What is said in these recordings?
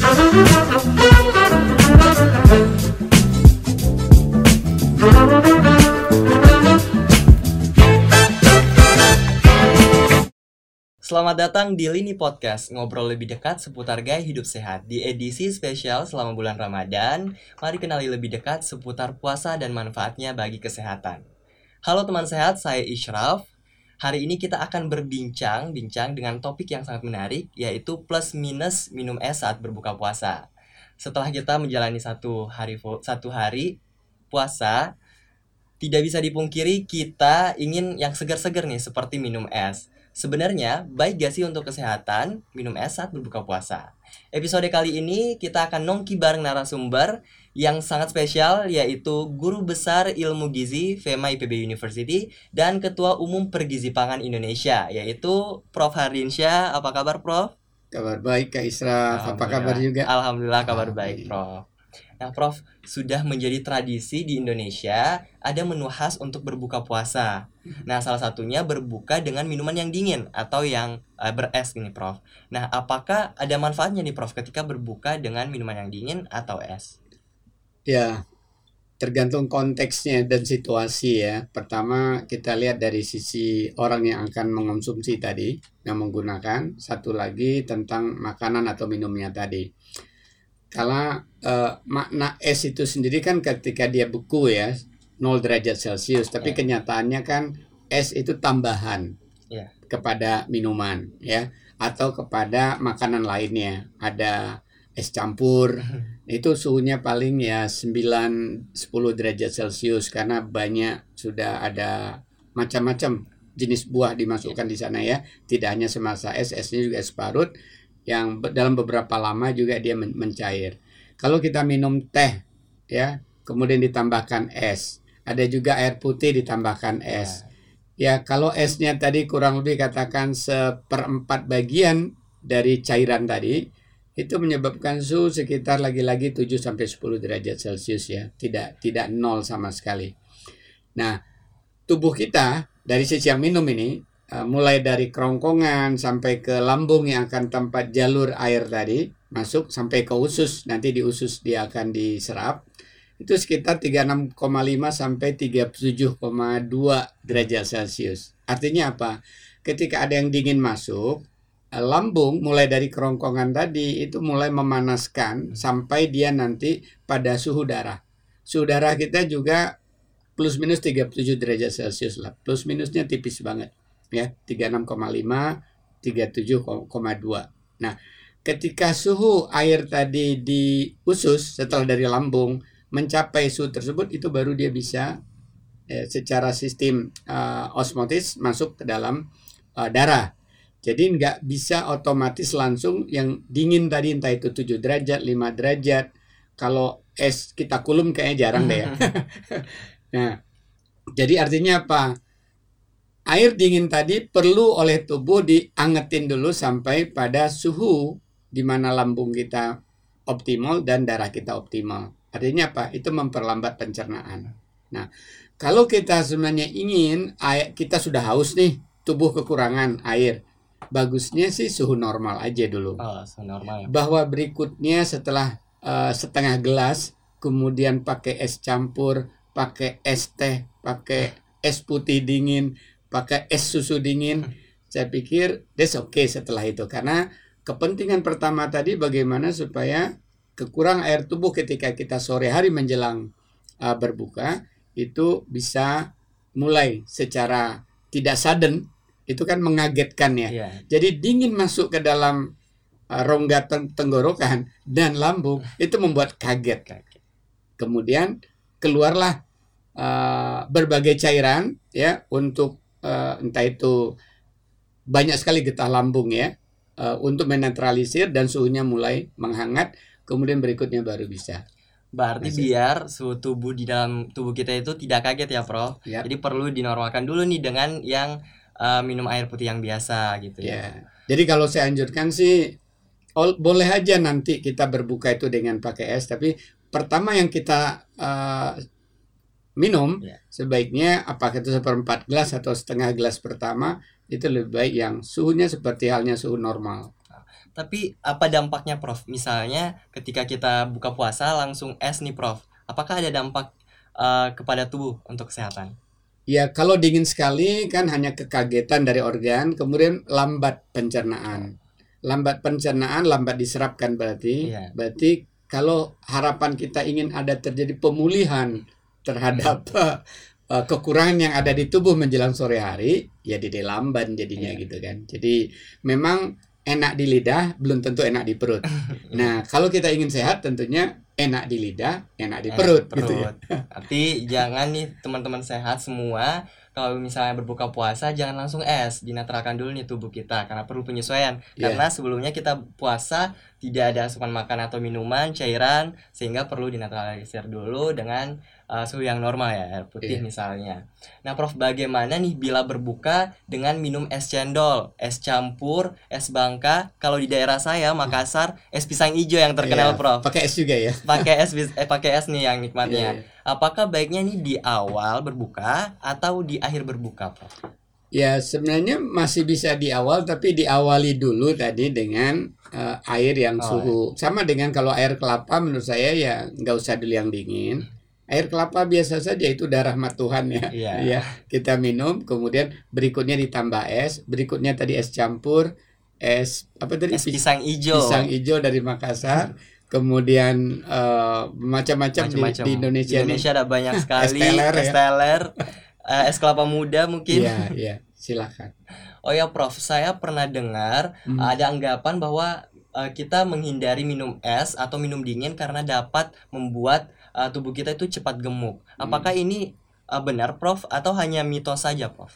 Selamat datang di Lini Podcast, ngobrol lebih dekat seputar gaya hidup sehat. Di edisi spesial selama bulan Ramadan, mari kenali lebih dekat seputar puasa dan manfaatnya bagi kesehatan. Halo teman sehat, saya Ishraf. Hari ini kita akan berbincang dengan topik yang sangat menarik, yaitu plus minus minum es saat berbuka puasa. Setelah kita menjalani satu hari puasa, tidak bisa dipungkiri kita ingin yang segar-segar nih, seperti minum es. Sebenarnya, baik gak sih untuk kesehatan minum es saat berbuka puasa? Episode kali ini kita akan nongki bareng narasumber yang sangat spesial, yaitu Guru Besar Ilmu Gizi FEMA IPB University dan Ketua Umum Pergizi Pangan Indonesia, yaitu Prof. Hardinsyah. Apa kabar, Prof? Kabar baik, Kak Isra. Apa kabar juga? Alhamdulillah kabar baik, Prof. Nah, Prof, sudah menjadi tradisi di Indonesia ada menu khas untuk berbuka puasa. Nah, salah satunya berbuka dengan minuman yang dingin atau yang beres ini, Prof. Nah, apakah ada manfaatnya nih, Prof, ketika berbuka dengan minuman yang dingin atau es? Ya, tergantung konteksnya dan situasi ya. Pertama, kita lihat dari sisi orang yang akan mengonsumsi tadi, yang menggunakan. Satu lagi tentang makanan atau minumnya tadi. Kalau makna es itu sendiri kan ketika dia beku ya 0 derajat Celcius, tapi kenyataannya kan es itu tambahan kepada minuman ya, atau kepada makanan lainnya. Ada es campur, itu suhunya paling ya 9-10 derajat Celcius karena banyak sudah ada macam-macam jenis buah dimasukkan di sana ya. Tidak hanya semasa esnya juga es parut yang dalam beberapa lama juga dia mencair. Kalau kita minum teh ya, kemudian ditambahkan es, ada juga air putih ditambahkan es. Ya, kalau esnya tadi kurang lebih katakan 1/4 bagian dari cairan tadi, itu menyebabkan suhu sekitar lagi-lagi 7-10 derajat Celcius ya, tidak nol sama sekali. Nah, tubuh kita dari sisi yang minum ini mulai dari kerongkongan sampai ke lambung yang akan tempat jalur air tadi masuk sampai ke usus, nanti di usus dia akan diserap, itu sekitar 36,5 sampai 37,2 derajat Celcius. Artinya apa? Ketika ada yang dingin masuk, lambung mulai dari kerongkongan tadi itu mulai memanaskan sampai dia nanti pada suhu darah. Suhu darah kita juga plus minus 37 derajat Celcius lah. Plus minusnya tipis banget. Ya, 36,5, 37,2. Nah, ketika suhu air tadi di usus setelah dari lambung mencapai suhu tersebut, itu baru dia bisa secara sistem osmotis masuk ke dalam darah. Jadi nggak bisa otomatis langsung yang dingin tadi, entah itu 7 derajat, 5 derajat. Kalau es kita kulum kayaknya jarang deh ya. Nah, jadi artinya apa? Air dingin tadi perlu oleh tubuh diangetin dulu sampai pada suhu di mana lambung kita optimal dan darah kita optimal. Artinya apa? Itu memperlambat pencernaan. Nah, kalau kita sebenarnya ingin kita sudah haus nih, tubuh kekurangan air, bagusnya sih suhu normal aja dulu. Suhu normal ya. Bahwa berikutnya setelah setengah gelas, kemudian pakai es campur, pakai es teh, pakai es putih dingin, pakai es susu dingin, saya pikir that's okay setelah itu. Karena kepentingan pertama tadi bagaimana supaya kekurangan air tubuh ketika kita sore hari menjelang berbuka itu bisa mulai secara tidak sudden, itu kan mengagetkan ya. Jadi dingin masuk ke dalam rongga tenggorokan dan lambung itu membuat kaget. Kemudian keluarlah berbagai cairan ya untuk entah itu banyak sekali getah lambung ya untuk menetralisir dan suhunya mulai menghangat, kemudian berikutnya baru bisa. Berarti biar suhu tubuh di dalam tubuh kita itu tidak kaget ya, Prof. Jadi perlu dinormalkan dulu nih dengan yang minum air putih yang biasa gitu ya. Jadi kalau saya anjurkan sih boleh aja nanti kita berbuka itu dengan pakai es, tapi pertama yang kita minum sebaiknya apakah itu 1/4 gelas atau setengah gelas pertama itu lebih baik yang suhunya seperti halnya suhu normal. Tapi apa dampaknya Prof? Misalnya ketika kita buka puasa langsung es nih Prof. Apakah ada dampak kepada tubuh untuk kesehatan? Ya, kalau dingin sekali kan hanya kekagetan dari organ, kemudian lambat pencernaan. Lambat pencernaan, lambat diserapkan berarti. Iya. Berarti kalau harapan kita ingin ada terjadi pemulihan terhadap kekurangan yang ada di tubuh menjelang sore hari, ya jadi lamban jadinya Iya. gitu kan. Jadi memang enak di lidah, belum tentu enak di perut. Nah, kalau kita ingin sehat tentunya enak di lidah, enak di perut gitu ya. Arti jangan nih teman-teman sehat semua, kalau misalnya berbuka puasa jangan langsung es, dinatralkan dulu nih tubuh kita karena perlu penyesuaian. Iya. Karena sebelumnya kita puasa tidak ada asupan makan atau minuman, cairan, sehingga perlu dinatralisir dulu dengan suhu yang normal ya, air putih Iya. misalnya. Nah, Prof, bagaimana nih bila berbuka dengan minum es cendol, es campur, es bangka? Kalau di daerah saya Makassar, es pisang hijau yang terkenal, Iya, Prof. pakai es juga ya. Pakai es nih yang nikmatnya. Iya, iya. Apakah baiknya nih di awal berbuka atau di akhir berbuka, Prof? Ya, sebenarnya masih bisa di awal, tapi diawali dulu tadi dengan air yang suhu. Sama dengan kalau air kelapa menurut saya ya nggak usah dulu yang dingin. Air kelapa biasa saja itu udah rahmat Tuhan ya. Iya. Ya, kita minum, kemudian berikutnya ditambah es, berikutnya tadi es campur, es apa tadi? Es pisang hijau. Pisang hijau dari Makassar. Kemudian macam-macam di Indonesia Di Indonesia ada banyak sekali es teler, es ya. teler, es kelapa muda mungkin. Iya, iya, silakan. Oh ya Prof, saya pernah dengar ada anggapan bahwa kita menghindari minum es atau minum dingin karena dapat membuat tubuh kita itu cepat gemuk. Apakah ini benar Prof atau hanya mitos saja Prof?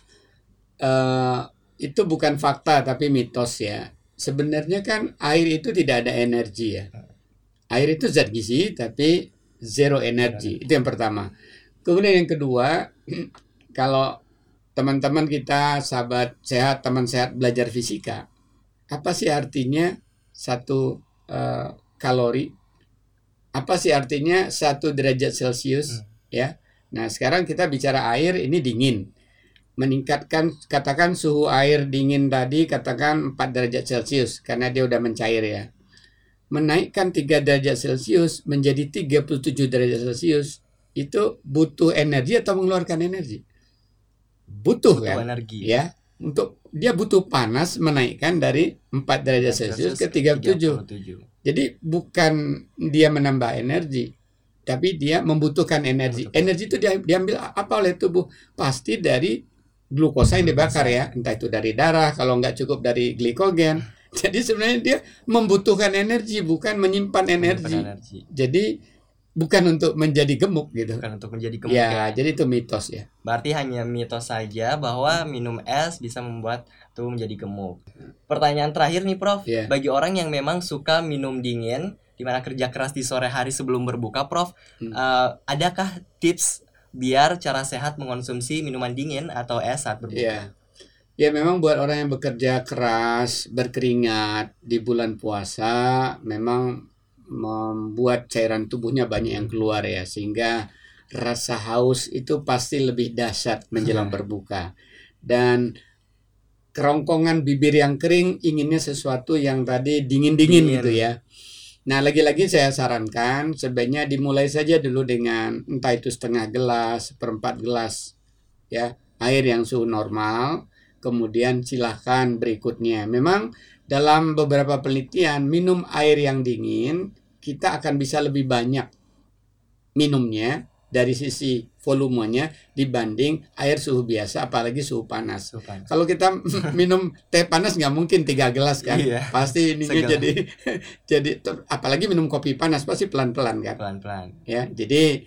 Itu bukan fakta tapi mitos ya. Sebenarnya kan air itu tidak ada energi ya. Air itu zat gizi tapi zero energi. Itu yang pertama. Kemudian yang kedua, kalau teman-teman kita sahabat sehat, teman sehat belajar fisika, apa sih artinya satu kalori? Apa sih artinya 1 derajat Celcius? Ya. Nah, sekarang kita bicara air ini dingin. Meningkatkan, katakan suhu air dingin tadi katakan 4 derajat Celcius karena dia udah mencair ya. Menaikkan 3 derajat Celcius menjadi 37 derajat Celcius itu butuh energi atau mengeluarkan energi? Butuh kan? Energi. Ya. Untuk dia butuh panas menaikkan dari 4 derajat Celcius ke 37. Jadi bukan dia menambah energi, tapi dia membutuhkan energi. Energi itu diambil apa oleh tubuh? Pasti dari glukosa yang dibakar ya, entah itu dari darah, kalau nggak cukup dari glikogen. Jadi sebenarnya dia membutuhkan energi, bukan menyimpan energi. Jadi bukan untuk menjadi gemuk gitu. Bukan untuk menjadi gemuk ya. Jadi itu mitos ya. Berarti hanya mitos saja bahwa minum es bisa membuat tubuh menjadi gemuk. Pertanyaan terakhir nih Prof, bagi orang yang memang suka minum dingin, di mana kerja keras di sore hari sebelum berbuka, Prof, adakah tips biar cara sehat mengonsumsi minuman dingin atau es saat berbuka? Ya memang buat orang yang bekerja keras, berkeringat di bulan puasa, memang membuat cairan tubuhnya banyak yang keluar ya, sehingga rasa haus itu pasti lebih dahsyat menjelang berbuka. Dan kerongkongan bibir yang kering inginnya sesuatu yang tadi dingin-dingin gitu ya. Nah, lagi-lagi saya sarankan sebaiknya dimulai saja dulu dengan entah itu setengah gelas, 1/4 gelas ya, air yang suhu normal, kemudian silahkan berikutnya. Memang dalam beberapa penelitian minum air yang dingin kita akan bisa lebih banyak minumnya dari sisi volumenya dibanding air suhu biasa, apalagi suhu panas. Kalau kita minum teh panas nggak mungkin 3 gelas kan, pasti ininya jadi apalagi minum kopi panas pasti pelan-pelan kan. Ya, jadi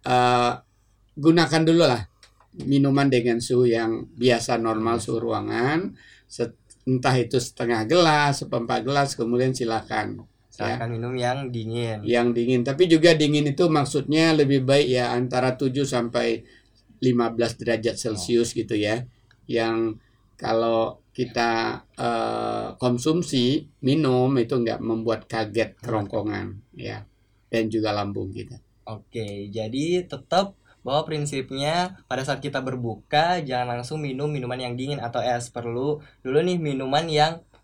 gunakan dulu lah minuman dengan suhu yang biasa normal suhu ruangan, entah itu setengah gelas, 1/4 gelas, kemudian silakan minum yang dingin. Yang dingin, tapi juga dingin itu maksudnya lebih baik ya antara 7 sampai 15 derajat Celcius gitu ya. Yang kalau kita konsumsi minum itu nggak membuat kaget kerongkongan ya, dan juga lambung kita. Oke, jadi tetap bahwa prinsipnya pada saat kita berbuka jangan langsung minum minuman yang dingin atau es, perlu dulu nih minuman yang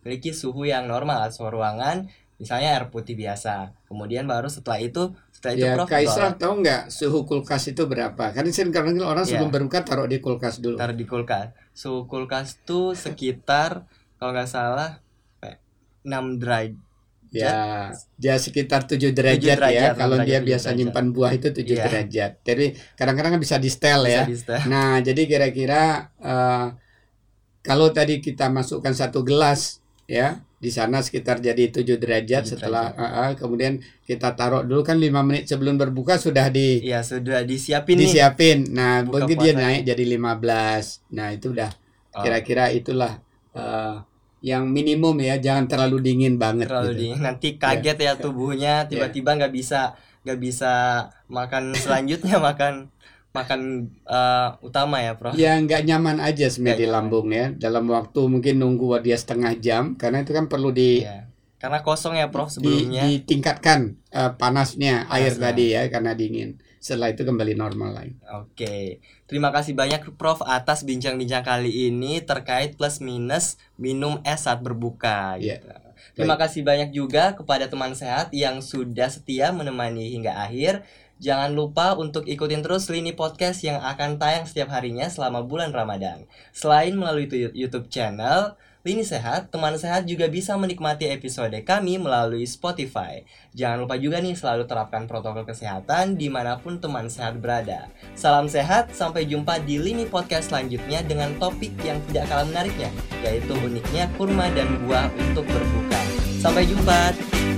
memiliki suhu yang normal, suhu ruangan, misalnya air putih biasa. Kemudian baru setelah itu Ya, Prof, Kak Isra tahu nggak suhu kulkas itu berapa? Kan kadang orang sebelum berbuka taruh di kulkas dulu. Taruh di kulkas. Suhu kulkas tuh sekitar kalau nggak salah 6 derajat. Ya sekitar 7 derajat ya. Kalau dia biasa nyimpan buah itu 7 derajat. Jadi kadang-kadang bisa di setel ya. Nah, jadi kira-kira kalau tadi kita masukkan 1 gelas ya, di sana sekitar jadi 7 derajat setelah kemudian kita taruh dulu kan 5 menit sebelum berbuka sudah sudah disiapin. Nah, begitu dia naik jadi 15. Nah, itu udah kira-kira itulah yang minimum ya, jangan terlalu dingin banget. Dingin nanti kaget ya tubuhnya, tiba-tiba nggak bisa makan selanjutnya makan utama ya, Prof. Ya nggak nyaman aja sebenarnya di lambung ya. Dalam waktu mungkin nunggu dia setengah jam, karena itu kan perlu karena kosong ya, Prof, sebelumnya. Ditingkatkan panasnya air tadi ya, karena dingin. Setelah itu kembali normal lagi. Oke. Terima kasih banyak, Prof, atas bincang-bincang kali ini terkait plus minus minum es saat berbuka gitu. Terima kasih banyak juga kepada teman sehat yang sudah setia menemani hingga akhir. Jangan lupa untuk ikutin terus Lini Podcast yang akan tayang setiap harinya selama bulan Ramadan. Selain melalui YouTube channel Lini Sehat, teman sehat juga bisa menikmati episode kami melalui Spotify. Jangan lupa juga nih selalu terapkan protokol kesehatan dimanapun teman sehat berada. Salam sehat, sampai jumpa di Lini Podcast selanjutnya dengan topik yang tidak kalah menariknya, yaitu uniknya kurma dan buah untuk berbuka. Sampai jumpa.